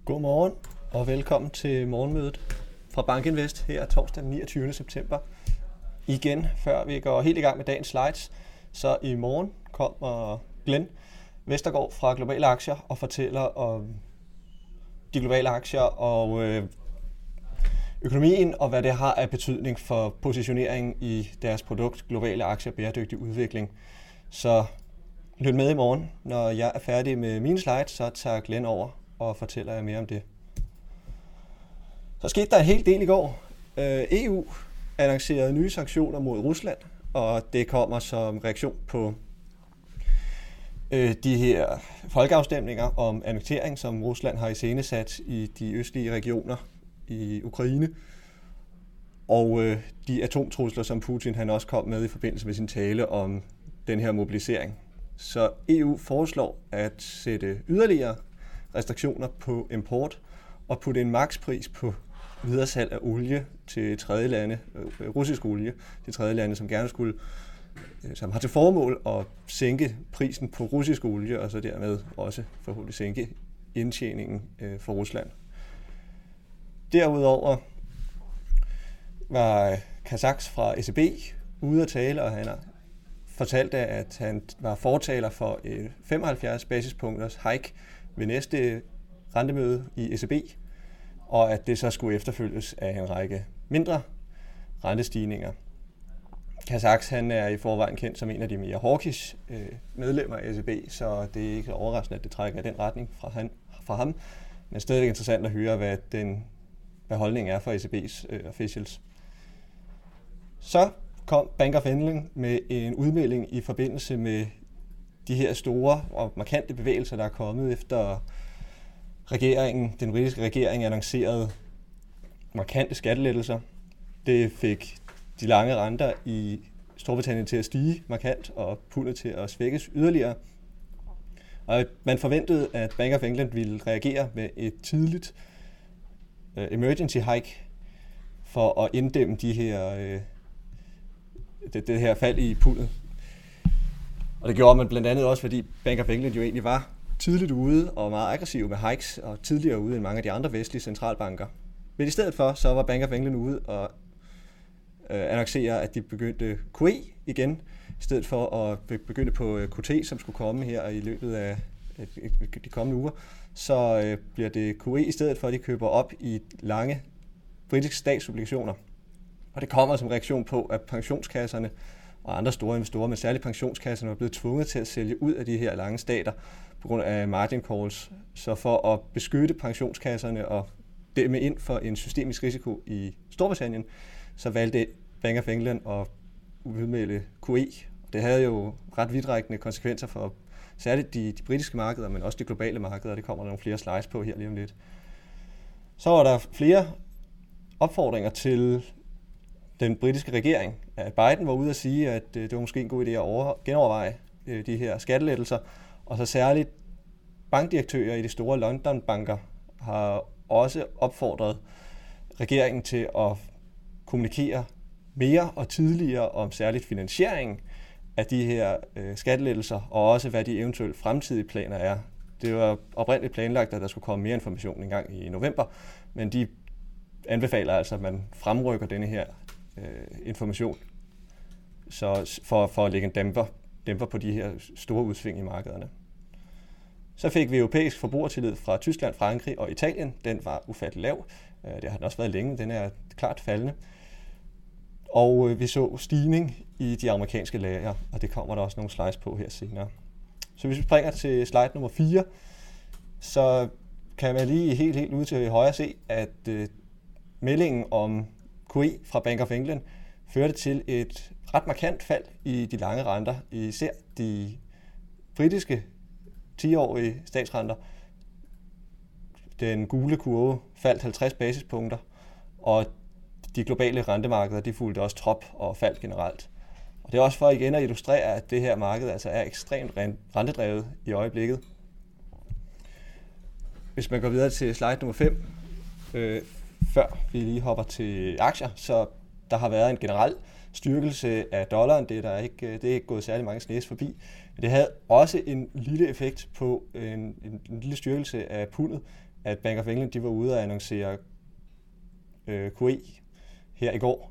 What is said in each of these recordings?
Godmorgen og velkommen til morgenmødet fra BankInvest her torsdag den 29. september. Igen, før vi går helt i gang med dagens slides, så i morgen kommer Glenn Vestergaard fra Globale Aktier og fortæller om de globale aktier og økonomien og hvad det har af betydning for positioneringen i deres produkt Globale Aktier Bæredygtig Udvikling. Så lyt med i morgen. Når jeg er færdig med mine slides, så tager Glenn over og fortæller jer mere om det. Så skete der en hel del i går. EU annoncerede nye sanktioner mod Rusland, og det kommer som reaktion på de her folkeafstemninger om annektering, som Rusland har iscenesat i de østlige regioner i Ukraine, og de atomtrusler, som Putin han også kom med i forbindelse med sin tale om den her mobilisering. Så EU foreslår at sætte yderligere restriktioner på import og putte en makspris på videresalg af olie til tredje lande, russisk olie til tredje lande, som har til formål at sænke prisen på russisk olie, og så dermed også forhåbentlig sænke indtjeningen for Rusland. Derudover var Kazaks fra ECB ude at tale, og han har fortalt, at han var fortaler for 75 basispunkters hike ved næste rentemøde i ECB, og at det så skulle efterfølges af en række mindre rentestigninger. Kazaks han er i forvejen kendt som en af de mere hawkish medlemmer af ECB, så det er ikke overraskende, at det trækker i den retning fra ham. Men stadig interessant at høre, hvad holdningen er for ECB's officials. Så kom Bank of England med en udmelding i forbindelse med de her store og markante bevægelser, der er kommet efter den britiske regering annoncerede markante skattelettelser. Det fik de lange renter i Storbritannien til at stige markant og pundet til at svækkes yderligere. Og man forventede, at Bank of England ville reagere med et tidligt emergency hike for at inddæmme det her fald i pundet. Og det gjorde man blandt andet også, fordi Bank of England jo egentlig var tidligt ude og meget aggressiv med hikes og tidligere ude end mange af de andre vestlige centralbanker. Men i stedet for, så var Bank of England ude og annoncere, at de begyndte QE igen, i stedet for at begynde på QT, som skulle komme her i løbet af de kommende uger. Så bliver det QE i stedet for, at de køber op i lange britiske statsobligationer. Og det kommer som reaktion på, at pensionskasserne og andre store investorer, men særligt pensionskasserne, er blevet tvunget til at sælge ud af de her lange stater på grund af margin calls. Så for at beskytte pensionskasserne og dæmme ind for en systemisk risiko i Storbritannien, så valgte Bank of England at udmelde QE. Det havde jo ret vidtrækkende konsekvenser for særligt de britiske markeder, men også de globale markeder. Det kommer der nogle flere slides på her lige om lidt. Så var der flere opfordringer til den britiske regering. Biden var ude at sige, at det var måske en god idé at genoverveje de her skattelettelser, og så særligt bankdirektører i de store London-banker har også opfordret regeringen til at kommunikere mere og tidligere om særligt finansieringen af de her skattelettelser, og også hvad de eventuelt fremtidige planer er. Det var oprindeligt planlagt, at der skulle komme mere information en gang i november, men de anbefaler altså, at man fremrykker denne her information, så for at lægge en dæmper på de her store udsving i markederne. Så fik vi europæisk forbrugertillid fra Tyskland, Frankrig og Italien. Den var ufattelig lav. Det har den også været længe. Den er klart faldende. Og vi så stigning i de amerikanske lager, og det kommer der også nogle slides på her senere. Så hvis vi springer til slide nummer 4, så kan man lige helt ude til højre se, at meldingen om QE fra Bank of England førte til et ret markant fald i de lange renter, især de britiske 10-årige statsrenter. Den gule kurve faldt 50 basispunkter, og de globale rentemarkeder de fulgte også trop og faldt generelt. Og det er også for igen at illustrere, at det her marked altså er ekstremt rentedrevet i øjeblikket. Hvis man går videre til slide nummer 5, før vi lige hopper til aktier, så der har været en generel styrkelse af dollaren. Det er ikke gået særlig mange snes forbi. Men det havde også en lille effekt på en lille styrkelse af pundet, at Bank of England de var ude og annoncere QE her i går.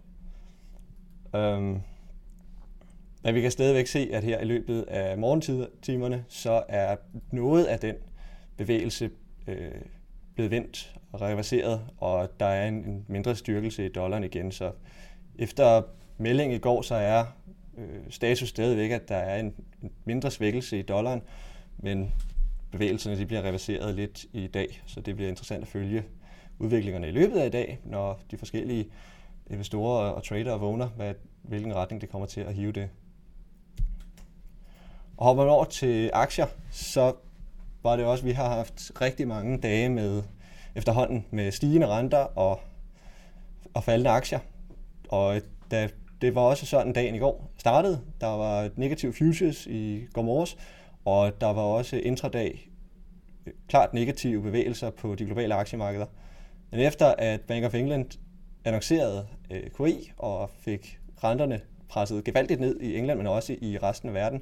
Men vi kan stadigvæk se, at her i løbet af morgentimerne, så er noget af den bevægelse blevet vendt og reverseret, og der er en mindre styrkelse i dollaren igen. Så efter meldingen i går, så er status stadigvæk, at der er en mindre svækkelse i dollaren, men bevægelserne de bliver reverseret lidt i dag, så det bliver interessant at følge udviklingerne i løbet af i dag, når de forskellige investorer og tradere vågner, hvilken retning det kommer til at hive det. Og hopper man over til aktier, så var det også, vi har haft rigtig mange dage med efterhånden med stigende renter og faldende aktier. Og det var også sådan dagen i går startede. Der var negative futures i går morges, og der var også intradag klart negative bevægelser på de globale aktiemarkeder. Men efter at Bank of England annoncerede QE og fik renterne presset gevaldigt ned i England, men også i resten af verden,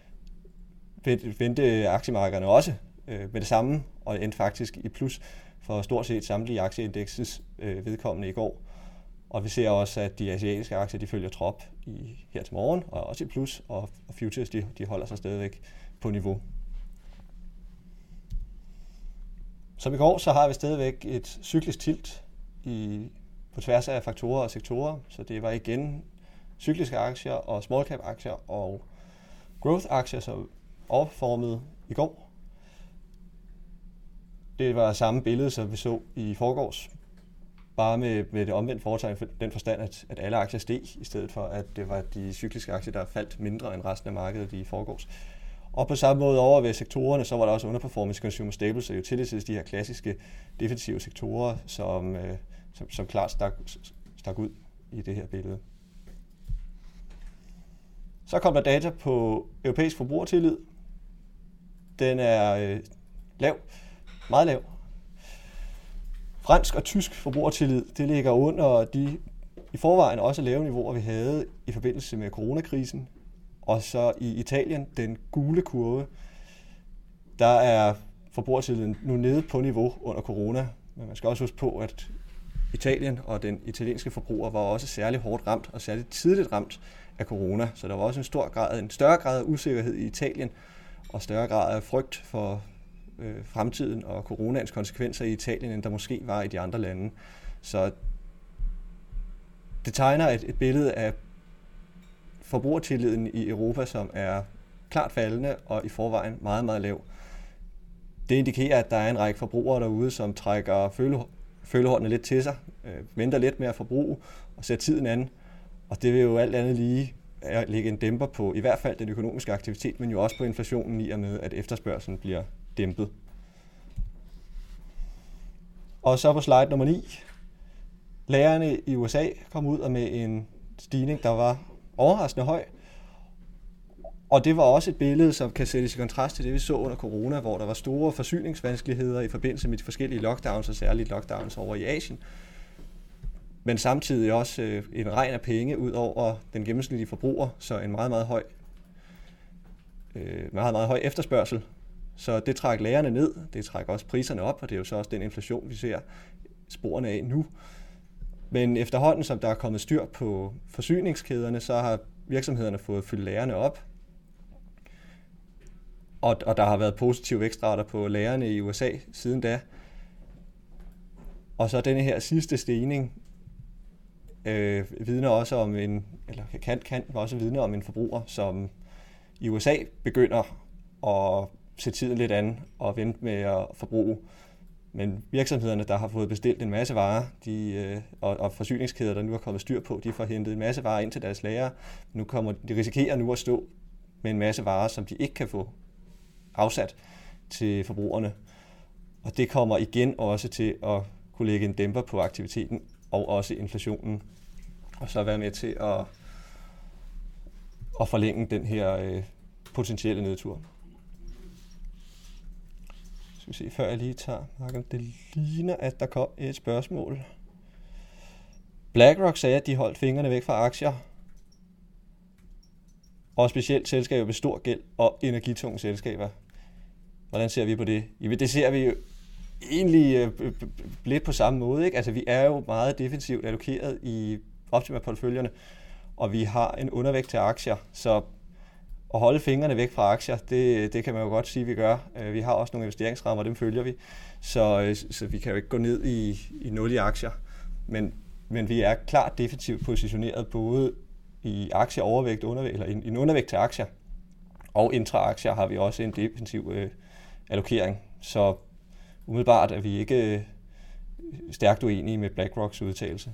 vendte aktiemarkederne også med det samme, og endte faktisk i plus for stort set samtlige aktieindekses vedkommende i går. Og vi ser også, at de asiatiske aktier de følger trop her til morgen, og også i plus, og futures de holder sig stadigvæk på niveau. Som i går, så har vi stadigvæk et cyklisk tilt på tværs af faktorer og sektorer, så det var igen cykliske aktier og small cap aktier og growth aktier, som overperformede i går. Det var samme billede, som vi så i forgårs, bare med det omvendt foretegn for den forstand, at alle aktier steg, i stedet for at det var de cykliske aktier, der faldt mindre end resten af markedet i forgårs. Og på samme måde over ved sektorerne, så var der også underperformance i consumer staples og utilities, de her klassiske defensive sektorer, som klart stak ud i det her billede. Så kom der data på europæisk forbrugertillid. Den er lav, meget lav. Fransk og tysk forbrugertillid, det ligger under de i forvejen også lave niveauer, vi havde i forbindelse med coronakrisen. Og så i Italien, den gule kurve, der er forbrugertilliden nu nede på niveau under corona. Men man skal også huske på, at Italien og den italienske forbruger var også særlig hårdt ramt og særligt tidligt ramt af corona. Så der var også en større grad af usikkerhed i Italien og større grad af frygt for fremtiden og coronaens konsekvenser i Italien, end der måske var i de andre lande. Så det tegner et billede af forbrugertilliden i Europa, som er klart faldende og i forvejen meget, meget lav. Det indikerer, at der er en række forbrugere derude, som trækker følehornene lidt til sig, venter lidt med at forbruge og sætter tiden an. Og det vil jo alt andet lige lægge en dæmper på i hvert fald den økonomiske aktivitet, men jo også på inflationen i og med, at efterspørgselen bliver dæmpet. Og så på slide nummer 9. Lagrene i USA kom ud med en stigning, der var overraskende høj. Og det var også et billede, som kan sættes i kontrast til det, vi så under corona, hvor der var store forsyningsvanskeligheder i forbindelse med de forskellige lockdowns, og særligt lockdowns over i Asien. Men samtidig også en regn af penge ud over den gennemsnitlige forbruger, så en meget, meget høj efterspørgsel. Så det træk lagrene ned, det trækker også priserne op, og det er jo så også den inflation, vi ser sporene af nu. Men efterhånden, som der er kommet styr på forsyningskæderne, så har virksomhederne fået fyldt lagrene op. Og der har været positive vækstrater på lagrene i USA siden da. Og så denne her sidste stigning vidner også om kan også vidne om en forbruger, som i USA begynder at se tiden lidt an og vente med at forbruge. Men virksomhederne, der har fået bestilt en masse varer, og forsyningskæder, der nu er kommet styr på, de får hentet en masse varer ind til deres lager. De risikerer nu at stå med en masse varer, som de ikke kan få afsat til forbrugerne. Og det kommer igen også til at kunne lægge en dæmper på aktiviteten og også inflationen. Og så være med til at forlænge den her potentielle nedtur. Skal vi se, før jeg lige tager marken. Det ligner, at der kom et spørgsmål. BlackRock sagde, at de holdt fingrene væk fra aktier. Og specielt selskaber med stor gæld og energitunge selskaber. Hvordan ser vi på det? Det ser vi jo egentlig lidt på samme måde, ikke? Altså vi er jo meget defensivt allokeret i Optima-porteføljerne, og vi har en undervægt til aktier, så at holde fingrene væk fra aktier, det kan man jo godt sige, vi gør. Vi har også nogle investeringsrammer, dem følger vi, så vi kan jo ikke gå ned i 0 i aktier, men vi er klart defensivt positioneret både i aktieovervægt, eller en undervægt til aktier, og intraaktier har vi også en defensiv allokering, så umiddelbart er vi ikke stærkt uenige med BlackRocks udtalelse.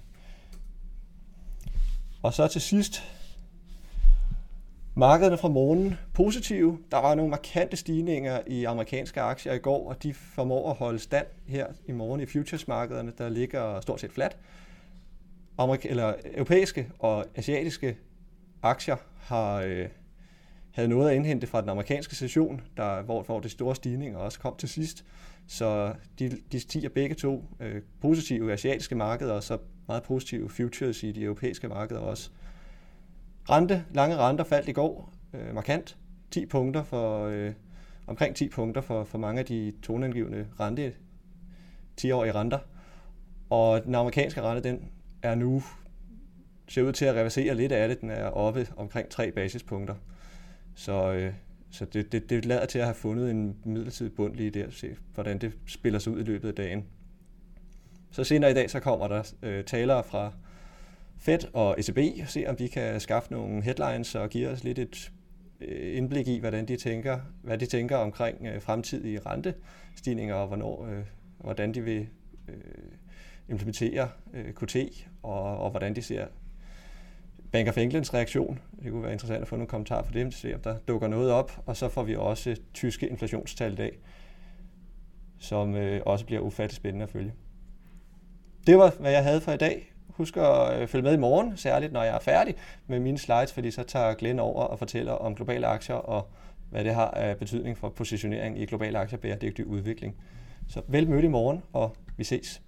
Og så til sidst, markederne fra morgenen positive. Der var nogle markante stigninger i amerikanske aktier i går, og de formår at holde stand her i morgen i futuresmarkederne, der ligger stort set fladt. Europæiske og asiatiske aktier havde noget at indhente fra den amerikanske session, hvor de store stigninger også kom til sidst. Så de stiger begge to positive asiatiske markeder, og så meget positive futures i de europæiske markeder også. Lange renter faldt i går markant. Omkring 10 punkter for mange af de toneangivende 10-årige renter. Og den amerikanske rente, den er nu ser ud til at reversere lidt af det. Den er oppe omkring 3 basispunkter. Så det lader til at have fundet en midlertidig bund lige der, se hvordan det spiller sig ud i løbet af dagen. Så senere i dag, så kommer der talere fra Fed og ECB, og se om de kan skaffe nogle headlines og give os lidt et indblik i, hvad de tænker omkring fremtidige rentestigninger og hvordan de vil implementere QT og hvordan de ser Bank of Englands reaktion. Det kunne være interessant at få nogle kommentarer på det, se om der dukker noget op, og så får vi også tyske inflationstal i dag, som også bliver ufattelig spændende at følge. Det var, hvad jeg havde for i dag. Husk at følge med i morgen, særligt når jeg er færdig med mine slides, fordi så tager Glenn over og fortæller om globale aktier og hvad det har af betydning for positionering i globale aktier bæredygtig udvikling. Så vel mødt i morgen, og vi ses.